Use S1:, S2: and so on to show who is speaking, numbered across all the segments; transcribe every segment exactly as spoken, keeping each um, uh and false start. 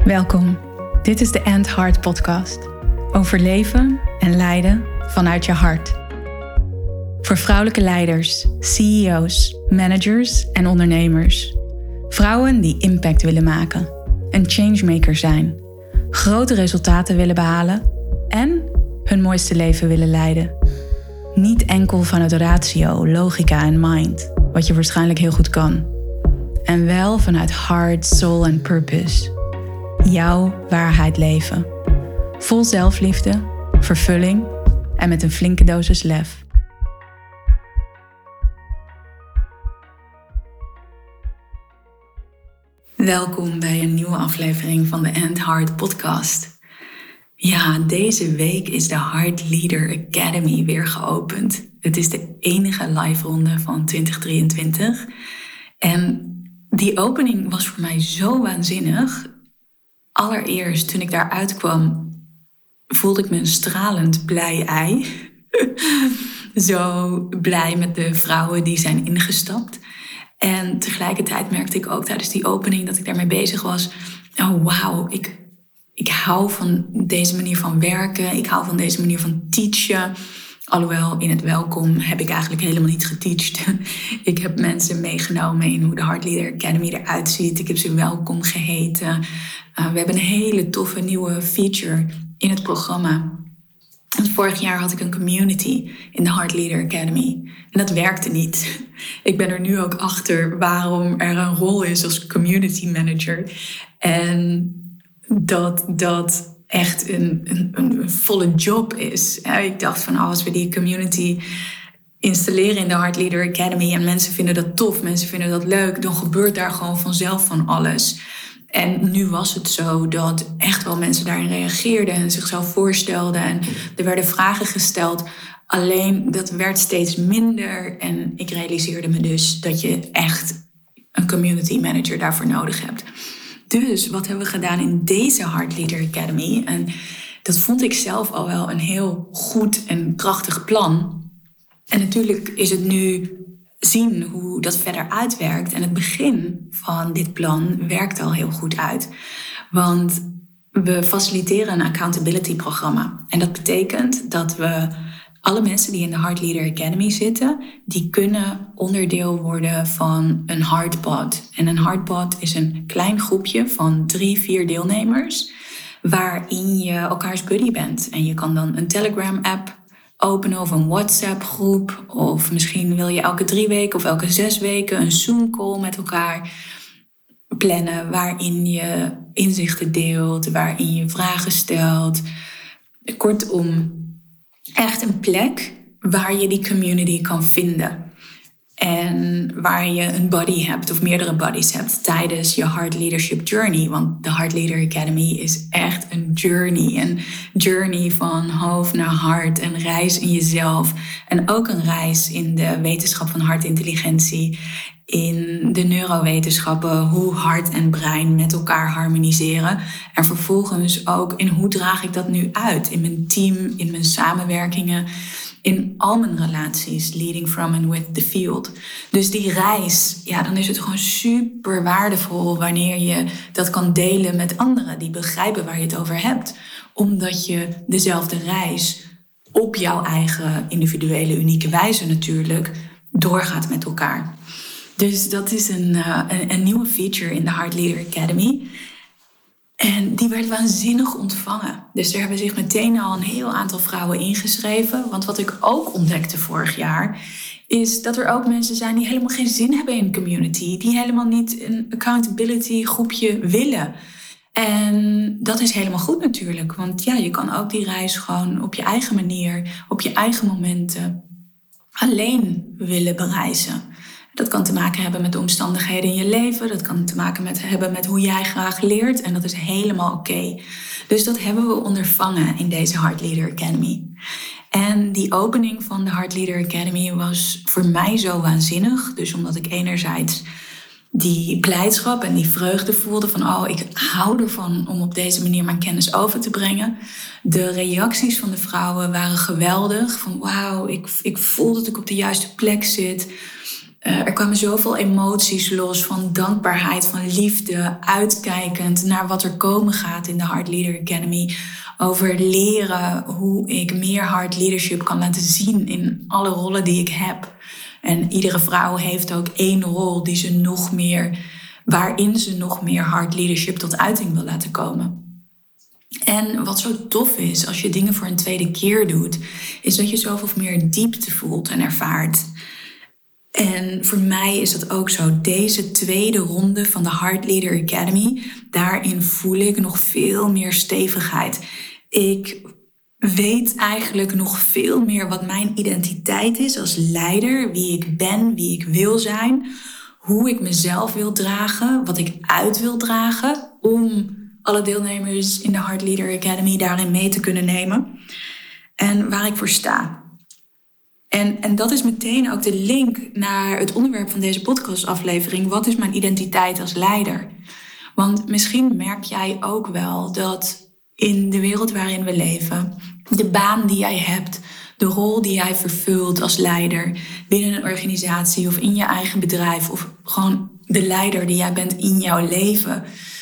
S1: Welkom. Dit is de And Heart podcast. Over leven en leiden vanuit je hart. Voor vrouwelijke leiders, C E O's, managers en ondernemers. Vrouwen die impact willen maken. Een changemaker zijn. Grote resultaten willen behalen. En hun mooiste leven willen leiden. Niet enkel vanuit ratio, logica en mind. Wat je waarschijnlijk heel goed kan. En wel vanuit heart, soul en purpose. Jouw waarheid leven. Vol zelfliefde, vervulling en met een flinke dosis lef. Welkom bij een nieuwe aflevering van de And Heart podcast. Ja, deze week is de Heart Leader Academy weer geopend. Het is de enige live ronde van twintig drieëntwintig. En die opening was voor mij zo waanzinnig. Allereerst, toen ik daar uitkwam, voelde ik me een stralend blij ei. Zo blij met de vrouwen die zijn ingestapt. En tegelijkertijd merkte ik ook tijdens die opening dat ik daarmee bezig was. Oh wauw, ik, ik hou van deze manier van werken. Ik hou van deze manier van teachen. Alhoewel, in het welkom heb ik eigenlijk helemaal niet geteacht. Ik heb mensen meegenomen in hoe de Heart Leader Academy eruit ziet. Ik heb ze welkom geheten. Uh, we hebben een hele toffe nieuwe feature in het programma. Want vorig jaar had ik een community in de Heart Leader Academy. En dat werkte niet. Ik ben er nu ook achter waarom er een rol is als community manager. En dat dat echt een, een, een volle job is. Ik dacht van als we die community installeren in de Heart Leader Academy en mensen vinden dat tof, mensen vinden dat leuk, dan gebeurt daar gewoon vanzelf van alles. En nu was het zo dat echt wel mensen daarin reageerden en zichzelf voorstelden. En er werden vragen gesteld. Alleen dat werd steeds minder. En ik realiseerde me dus dat je echt een community manager daarvoor nodig hebt. Dus wat hebben we gedaan in deze Heart Leader Academy? En dat vond ik zelf al wel een heel goed en krachtig plan. En natuurlijk is het nu zien hoe dat verder uitwerkt. En het begin van dit plan werkt al heel goed uit. Want we faciliteren een accountability programma. En dat betekent dat we alle mensen die in de Heart Leader Academy zitten, die kunnen onderdeel worden van een Heartpod. En een Heartpod is een klein groepje van drie, vier deelnemers, waarin je elkaars buddy bent. En je kan dan een Telegram-app openen of een WhatsApp-groep. Of misschien wil je elke drie weken of elke zes weken een Zoom-call met elkaar plannen, waarin je inzichten deelt, waarin je vragen stelt. Kortom, echt een plek waar je die community kan vinden. En waar je een buddy hebt of meerdere buddies hebt tijdens je Heart Leadership Journey. Want de Heart Leader Academy is echt een journey. Een journey van hoofd naar hart. Een reis in jezelf. En ook een reis in de wetenschap van hartintelligentie. In de neurowetenschappen, hoe hart en brein met elkaar harmoniseren. En vervolgens ook in hoe draag ik dat nu uit in mijn team, in mijn samenwerkingen, in al mijn relaties, leading from and with the field. Dus die reis, ja, dan is het gewoon super waardevol wanneer je dat kan delen met anderen die begrijpen waar je het over hebt. Omdat je dezelfde reis op jouw eigen individuele, unieke wijze natuurlijk doorgaat met elkaar. Dus dat is een, uh, een, een nieuwe feature in de Heart Leader Academy. En die werd waanzinnig ontvangen. Dus er hebben zich meteen al een heel aantal vrouwen ingeschreven. Want wat ik ook ontdekte vorig jaar is dat er ook mensen zijn die helemaal geen zin hebben in een community. Die helemaal niet een accountability groepje willen. En dat is helemaal goed natuurlijk. Want ja, je kan ook die reis gewoon op je eigen manier, op je eigen momenten alleen willen bereizen. Dat kan te maken hebben met de omstandigheden in je leven. Dat kan te maken met, hebben met hoe jij graag leert. En dat is helemaal oké. Okay. Dus dat hebben we ondervangen in deze Heart Leader Academy. En die opening van de Heart Leader Academy was voor mij zo waanzinnig. Dus omdat ik enerzijds die blijdschap en die vreugde voelde van oh, ik hou ervan om op deze manier mijn kennis over te brengen. De reacties van de vrouwen waren geweldig. Van wauw, ik, ik voel dat ik op de juiste plek zit. Uh, er kwamen zoveel emoties los van dankbaarheid, van liefde, uitkijkend naar wat er komen gaat in de Heart Leader Academy. Over leren hoe ik meer heart leadership kan laten zien in alle rollen die ik heb. En iedere vrouw heeft ook één rol die ze nog meer, waarin ze nog meer heart leadership tot uiting wil laten komen. En wat zo tof is als je dingen voor een tweede keer doet, is dat je zoveel meer diepte voelt en ervaart. En voor mij is dat ook zo. Deze tweede ronde van de Heart Leader Academy, daarin voel ik nog veel meer stevigheid. Ik weet eigenlijk nog veel meer wat mijn identiteit is als leider. Wie ik ben, wie ik wil zijn. Hoe ik mezelf wil dragen. Wat ik uit wil dragen. Om alle deelnemers in de Heart Leader Academy daarin mee te kunnen nemen. En waar ik voor sta. En, en dat is meteen ook de link naar het onderwerp van deze podcastaflevering. Wat is mijn identiteit als leider? Want misschien merk jij ook wel dat in de wereld waarin we leven, de baan die jij hebt, de rol die jij vervult als leider binnen een organisatie of in je eigen bedrijf of gewoon de leider die jij bent in jouw leven,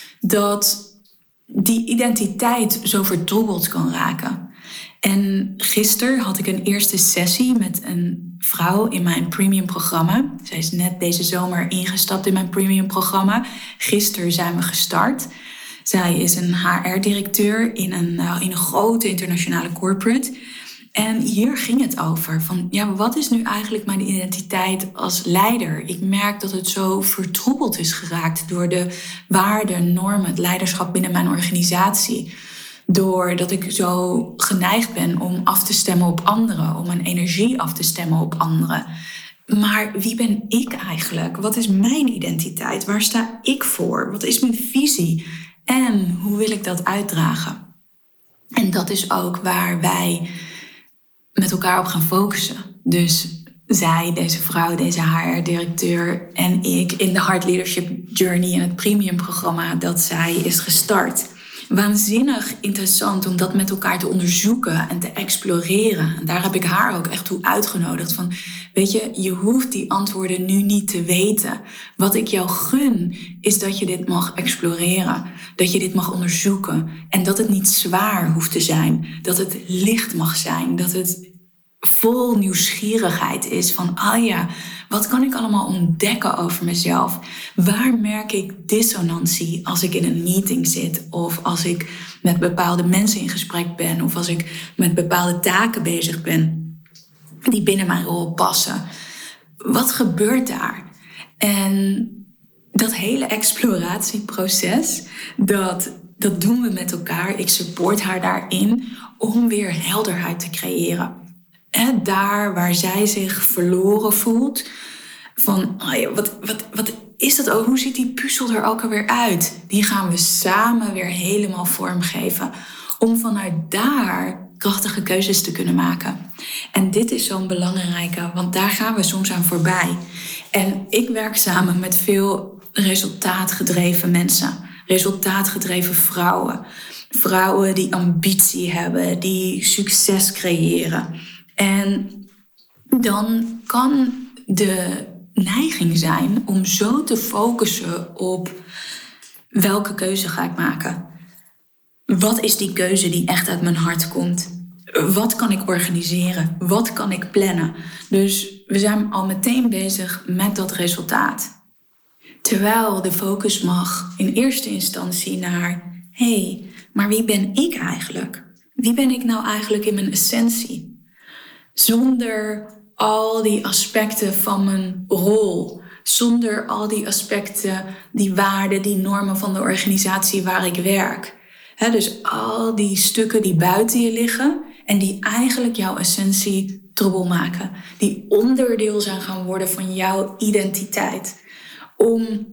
S1: dat die identiteit zo vertroebeld kan raken. En gisteren had ik een eerste sessie met een vrouw in mijn premium programma. Zij is net deze zomer ingestapt in mijn premium programma. Gisteren zijn we gestart. Zij is een H R-directeur in een, uh, in een grote internationale corporate. En hier ging het over. Van, ja, wat is nu eigenlijk mijn identiteit als leider? Ik merk dat het zo vertroebeld is geraakt door de waarden, normen, het leiderschap binnen mijn organisatie. Doordat ik zo geneigd ben om af te stemmen op anderen, om mijn energie af te stemmen op anderen. Maar wie ben ik eigenlijk? Wat is mijn identiteit? Waar sta ik voor? Wat is mijn visie? En hoe wil ik dat uitdragen? En dat is ook waar wij met elkaar op gaan focussen. Dus zij, deze vrouw, deze H R-directeur en ik in de Heart Leadership Journey in het premium programma dat zij is gestart. Waanzinnig interessant om dat met elkaar te onderzoeken en te exploreren. En daar heb ik haar ook echt toe uitgenodigd. Van, weet je, je hoeft die antwoorden nu niet te weten. Wat ik jou gun, is dat je dit mag exploreren. Dat je dit mag onderzoeken. En dat het niet zwaar hoeft te zijn. Dat het licht mag zijn. Dat het vol nieuwsgierigheid is van, ah ja, wat kan ik allemaal ontdekken over mezelf? Waar merk ik dissonantie als ik in een meeting zit? Of als ik met bepaalde mensen in gesprek ben? Of als ik met bepaalde taken bezig ben die binnen mijn rol passen? Wat gebeurt daar? En dat hele exploratieproces, dat, dat doen we met elkaar. Ik support haar daarin om weer helderheid te creëren. En daar waar zij zich verloren voelt. Van, oh ja, wat, wat, wat is dat ook? Hoe ziet die puzzel er ook alweer uit? Die gaan we samen weer helemaal vormgeven. Om vanuit daar krachtige keuzes te kunnen maken. En dit is zo'n belangrijke, want daar gaan we soms aan voorbij. En ik werk samen met veel resultaatgedreven mensen. Resultaatgedreven vrouwen. Vrouwen die ambitie hebben, die succes creëren. En dan kan de neiging zijn om zo te focussen op welke keuze ga ik maken. Wat is die keuze die echt uit mijn hart komt? Wat kan ik organiseren? Wat kan ik plannen? Dus we zijn al meteen bezig met dat resultaat. Terwijl de focus mag in eerste instantie naar, hé, hey, maar wie ben ik eigenlijk? Wie ben ik nou eigenlijk in mijn essentie? Zonder al die aspecten van mijn rol. Zonder al die aspecten, die waarden, die normen van de organisatie waar ik werk. He, dus al die stukken die buiten je liggen en die eigenlijk jouw essentie troebel maken. Die onderdeel zijn gaan worden van jouw identiteit. Om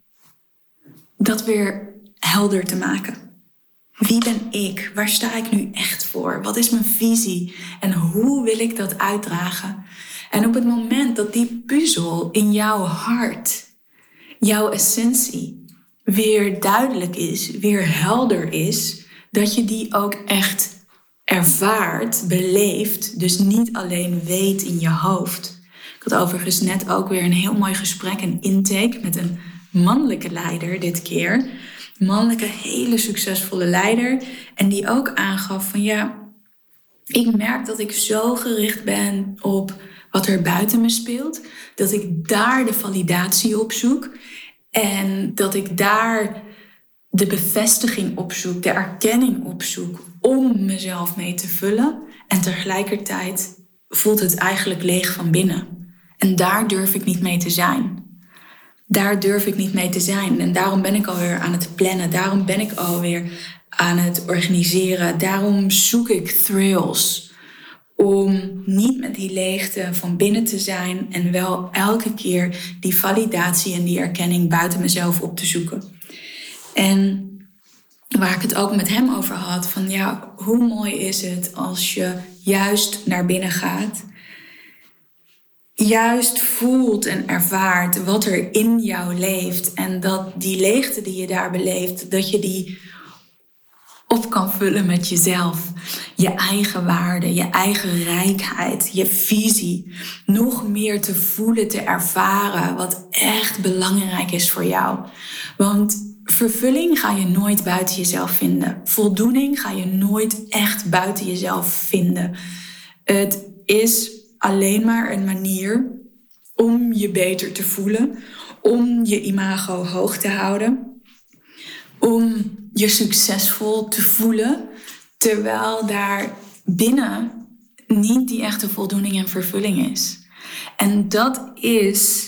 S1: dat weer helder te maken. Wie ben ik? Waar sta ik nu echt voor? Wat is mijn visie? En hoe wil ik dat uitdragen? En op het moment dat die puzzel in jouw hart, jouw essentie, weer duidelijk is, weer helder is, dat je die ook echt ervaart, beleeft, dus niet alleen weet in je hoofd. Ik Ik had overigens net ook weer een heel mooi gesprek, een intake met een mannelijke leider dit keer. Een mannelijke, hele succesvolle leider. En die ook aangaf van ja, ik merk dat ik zo gericht ben op wat er buiten me speelt. Dat ik daar de validatie op zoek. En dat ik daar de bevestiging opzoek, de erkenning opzoek om mezelf mee te vullen. En tegelijkertijd voelt het eigenlijk leeg van binnen. En daar durf ik niet mee te zijn. Daar durf ik niet mee te zijn. En daarom ben ik alweer aan het plannen. Daarom ben ik alweer aan het organiseren. Daarom zoek ik thrills. Om niet met die leegte van binnen te zijn. En wel elke keer die validatie en die erkenning buiten mezelf op te zoeken. En waar ik het ook met hem over had. Van ja, hoe mooi is het als je juist naar binnen gaat. Juist voelt en ervaart wat er in jou leeft. En dat die leegte die je daar beleeft, dat je die op kan vullen met jezelf. Je eigen waarde, je eigen rijkheid, je visie. Nog meer te voelen, te ervaren wat echt belangrijk is voor jou. Want vervulling ga je nooit buiten jezelf vinden. Voldoening ga je nooit echt buiten jezelf vinden. Het is alleen maar een manier om je beter te voelen, om je imago hoog te houden, om je succesvol te voelen, terwijl daar binnen niet die echte voldoening en vervulling is. En dat is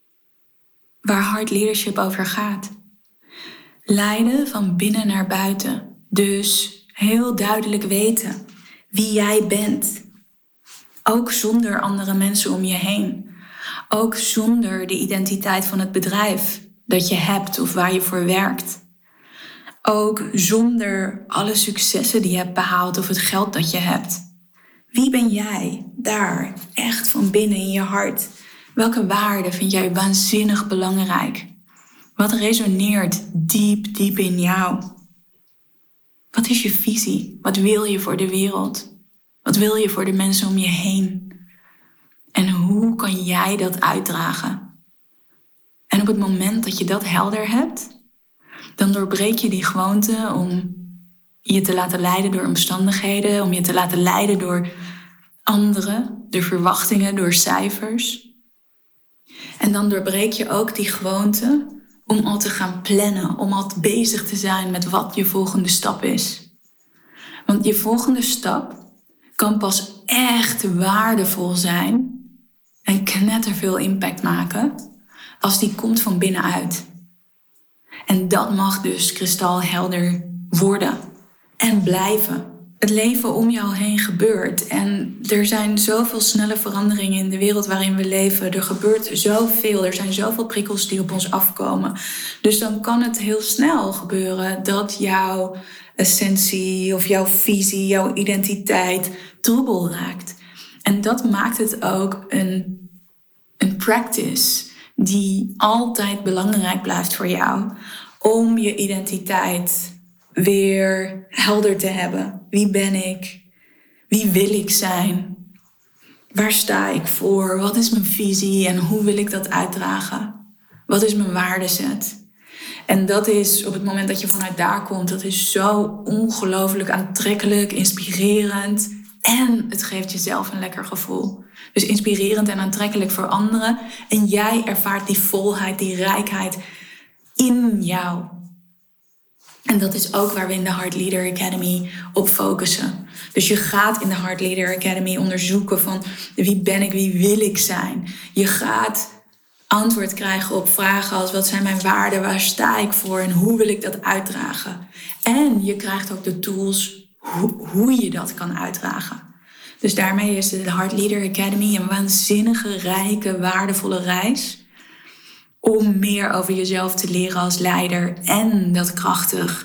S1: waar Heart Leadership over gaat. Leiden van binnen naar buiten. Dus heel duidelijk weten wie jij bent. Ook zonder andere mensen om je heen. Ook zonder de identiteit van het bedrijf dat je hebt of waar je voor werkt. Ook zonder alle successen die je hebt behaald of het geld dat je hebt. Wie ben jij daar echt van binnen in je hart? Welke waarden vind jij waanzinnig belangrijk? Wat resoneert diep, diep in jou? Wat is je visie? Wat wil je voor de wereld? Wat wil je voor de mensen om je heen? En hoe kan jij dat uitdragen? En op het moment dat je dat helder hebt, dan doorbreek je die gewoonte om je te laten leiden door omstandigheden, om je te laten leiden door anderen, door verwachtingen, door cijfers. En dan doorbreek je ook die gewoonte om al te gaan plannen, om al bezig te zijn met wat je volgende stap is. Want je volgende stap kan pas echt waardevol zijn en knetterveel impact maken als die komt van binnenuit. En dat mag dus kristalhelder worden en blijven. Het leven om jou heen gebeurt. En er zijn zoveel snelle veranderingen in de wereld waarin we leven. Er gebeurt zoveel. Er zijn zoveel prikkels die op ons afkomen. Dus dan kan het heel snel gebeuren dat jouw essentie of jouw visie, jouw identiteit troebel raakt. En dat maakt het ook een, een practice die altijd belangrijk blijft voor jou. Om je identiteit weer helder te hebben. Wie ben ik? Wie wil ik zijn? Waar sta ik voor? Wat is mijn visie en hoe wil ik dat uitdragen? Wat is mijn waardeset? En dat is op het moment dat je vanuit daar komt, dat is zo ongelooflijk aantrekkelijk, inspirerend. En het geeft jezelf een lekker gevoel. Dus inspirerend en aantrekkelijk voor anderen. En jij ervaart die volheid, die rijkheid in jou. En dat is ook waar we in de Heart Leader Academy op focussen. Dus je gaat in de Heart Leader Academy onderzoeken van wie ben ik, wie wil ik zijn. Je gaat antwoord krijgen op vragen als wat zijn mijn waarden, waar sta ik voor en hoe wil ik dat uitdragen. En je krijgt ook de tools hoe, hoe je dat kan uitdragen. Dus daarmee is de Heart Leader Academy een waanzinnige, rijke, waardevolle reis om meer over jezelf te leren als leider en dat krachtig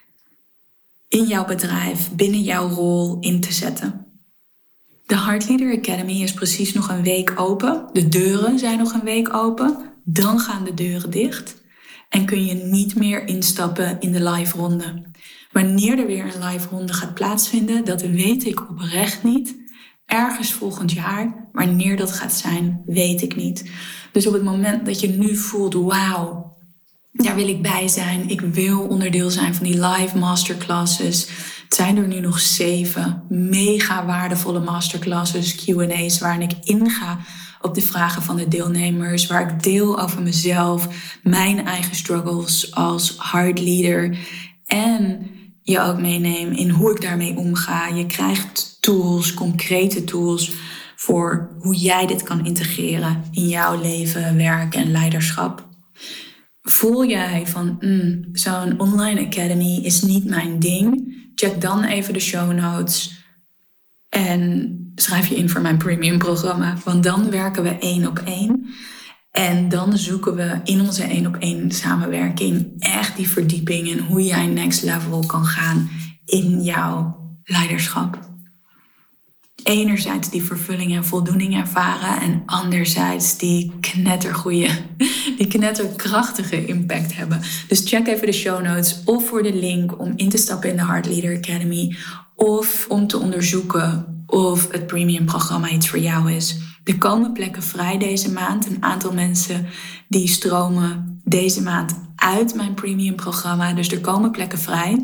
S1: in jouw bedrijf, binnen jouw rol in te zetten. De Heart Leader Academy is precies nog een week open. De deuren zijn nog een week open. Dan gaan de deuren dicht en kun je niet meer instappen in de live ronde. Wanneer er weer een live ronde gaat plaatsvinden, dat weet ik oprecht niet. ergens volgend jaar. Wanneer dat gaat zijn, weet ik niet. Dus op het moment dat je nu voelt, wauw, daar wil ik bij zijn. Ik wil onderdeel zijn van die live masterclasses. Het zijn er nu nog zeven mega waardevolle masterclasses, Q en A's, waarin ik inga op de vragen van de deelnemers, waar ik deel over mezelf, mijn eigen struggles als heart leader en je ook meeneem in hoe ik daarmee omga. Je krijgt tools, concrete tools voor hoe jij dit kan integreren in jouw leven, werk en leiderschap. Voel jij van, mm, zo'n online academy is niet mijn ding? Check dan even de show notes en schrijf je in voor mijn premium programma. Want dan werken we één op één. En dan zoeken we in onze één op één samenwerking echt die verdieping en hoe jij next level kan gaan in jouw leiderschap. Enerzijds die vervulling en voldoening ervaren en anderzijds die knettergoeie, die knetterkrachtige impact hebben. Dus check even de show notes of voor de link om in te stappen in de Heart Leader Academy of om te onderzoeken of het premium programma iets voor jou is. Er komen plekken vrij deze maand. Een aantal mensen die stromen deze maand uit mijn premium programma. Dus er komen plekken vrij.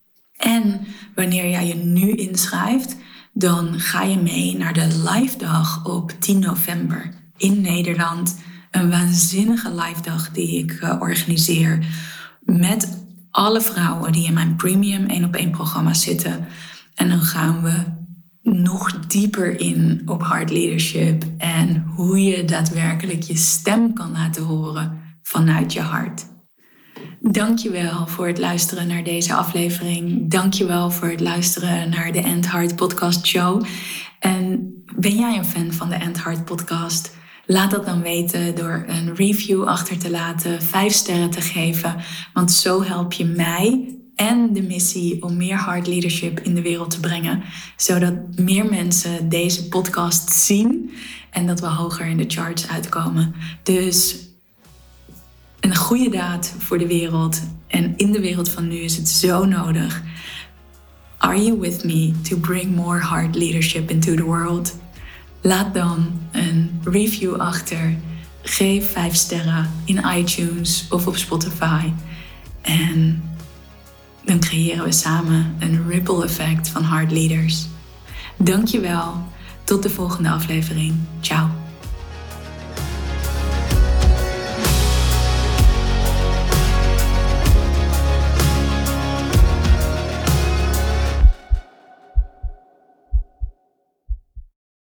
S1: En wanneer jij je nu inschrijft, dan ga je mee naar de live dag op tien november in Nederland. Een waanzinnige live dag die ik uh, organiseer met alle vrouwen die in mijn premium één op één programma zitten. En dan gaan we nog dieper in op heart leadership en hoe je daadwerkelijk je stem kan laten horen vanuit je hart. Dankjewel voor het luisteren naar deze aflevering. Dankjewel voor het luisteren naar de End Heart Podcast Show. En ben jij een fan van de End Heart Podcast? Laat dat dan weten door een review achter te laten, vijf sterren te geven. Want zo help je mij en de missie om meer heart leadership in de wereld te brengen. Zodat meer mensen deze podcast zien en dat we hoger in de charts uitkomen. Dus een goede daad voor de wereld. En in de wereld van nu is het zo nodig. Are you with me to bring more heart leadership into the world? Laat dan een review achter. Geef vijf sterren in iTunes of op Spotify. En dan creëren we samen een ripple effect van heart leaders. Dankjewel. Tot de volgende aflevering. Ciao.